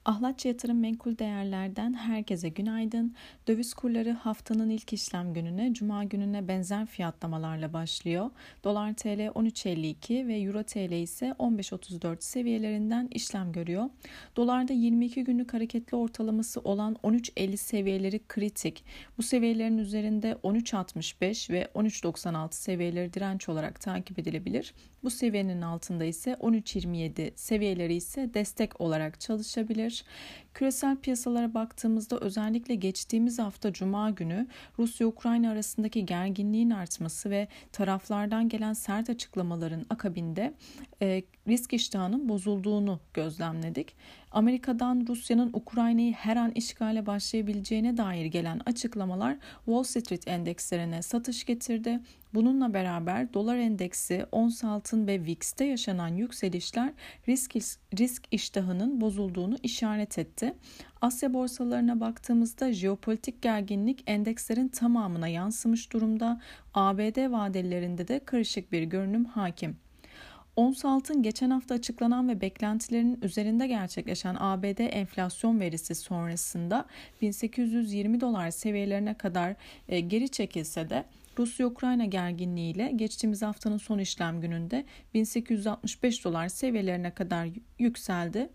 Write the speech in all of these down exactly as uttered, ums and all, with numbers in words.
Ahlatçı Yatırım Menkul Değerler'den herkese günaydın. Döviz kurları haftanın ilk işlem gününe, Cuma gününe benzer fiyatlamalarla başlıyor. Dolar T L on üç elli iki ve Euro T L ise on beş otuz dört seviyelerinden işlem görüyor. Dolarda yirmi iki günlük hareketli ortalaması olan on üç elli seviyeleri kritik. Bu seviyelerin üzerinde on üç altmış beş ve on üç doksan altı seviyeleri direnç olarak takip edilebilir. Bu seviyenin altında ise on üç yirmi yedi seviyeleri ise destek olarak çalışabilir. Küresel piyasalara baktığımızda özellikle geçtiğimiz hafta Cuma günü Rusya-Ukrayna arasındaki gerginliğin artması ve taraflardan gelen sert açıklamaların akabinde e, risk iştahının bozulduğunu gözlemledik. Amerika'dan Rusya'nın Ukrayna'yı her an işgale başlayabileceğine dair gelen açıklamalar Wall Street endekslerine satış getirdi. Bununla beraber dolar endeksi, ons altın ve V I X'te yaşanan yükselişler risk, risk iştahının bozulduğunu işaret etti. Asya borsalarına baktığımızda jeopolitik gerginlik endekslerin tamamına yansımış durumda. A B D vadelerinde de karışık bir görünüm hakim. Ons altın geçen hafta açıklanan ve beklentilerin üzerinde gerçekleşen A B D enflasyon verisi sonrasında bin sekiz yüz yirmi dolar seviyelerine kadar geri çekilse de Rusya-Ukrayna gerginliğiyle geçtiğimiz haftanın son işlem gününde bin sekiz yüz altmış beş dolar seviyelerine kadar yükseldi.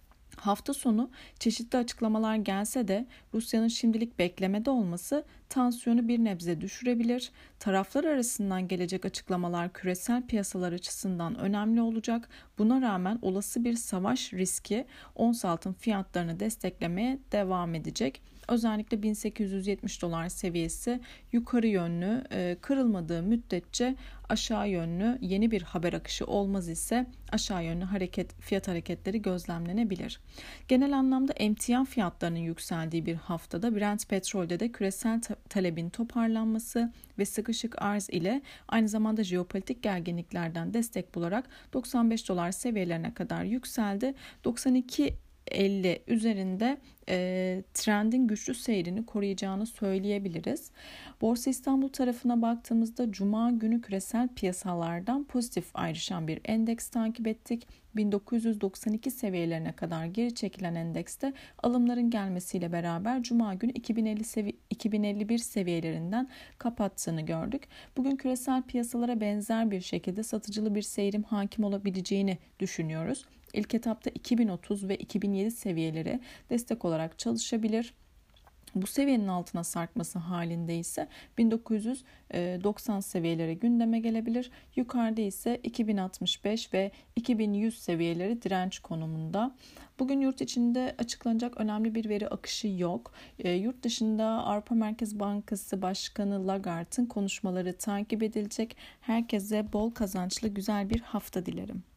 Hafta sonu çeşitli açıklamalar gelse de Rusya'nın şimdilik beklemede olması tansiyonu bir nebze düşürebilir. Taraflar arasından gelecek açıklamalar küresel piyasalar açısından önemli olacak. Buna rağmen olası bir savaş riski ons altın fiyatlarını desteklemeye devam edecek. Özellikle bin sekiz yüz yetmiş dolar seviyesi yukarı yönlü e, kırılmadığı müddetçe aşağı yönlü yeni bir haber akışı olmaz ise aşağı yönlü hareket fiyat hareketleri gözlemlenebilir. Genel anlamda emtia fiyatlarının yükseldiği bir haftada Brent petrolde de küresel ta- talebin toparlanması ve sıkışık arz ile aynı zamanda jeopolitik gerginliklerden destek bularak doksan beş dolar seviyelerine kadar yükseldi. doksan iki elli üzerinde e, trendin güçlü seyrini koruyacağını söyleyebiliriz. Borsa İstanbul tarafına baktığımızda Cuma günü küresel piyasalardan pozitif ayrışan bir endeks takip ettik. bin dokuz yüz doksan iki seviyelerine kadar geri çekilen endekste alımların gelmesiyle beraber Cuma günü iki bin elli sevi- iki bin elli bir seviyelerinden kapattığını gördük. Bugün küresel piyasalara benzer bir şekilde satıcılı bir seyrim hakim olabileceğini düşünüyoruz. İlk etapta iki bin otuz ve iki bin yedi seviyeleri destek olarak çalışabilir. Bu seviyenin altına sarkması halinde ise bin dokuz yüz doksan seviyeleri gündeme gelebilir. Yukarıda ise iki bin altmış beş ve iki bin yüz seviyeleri direnç konumunda. Bugün yurt içinde açıklanacak önemli bir veri akışı yok. E, yurt dışında Avrupa Merkez Bankası Başkanı Lagarde'ın konuşmaları takip edilecek. Herkese bol kazançlı güzel bir hafta dilerim.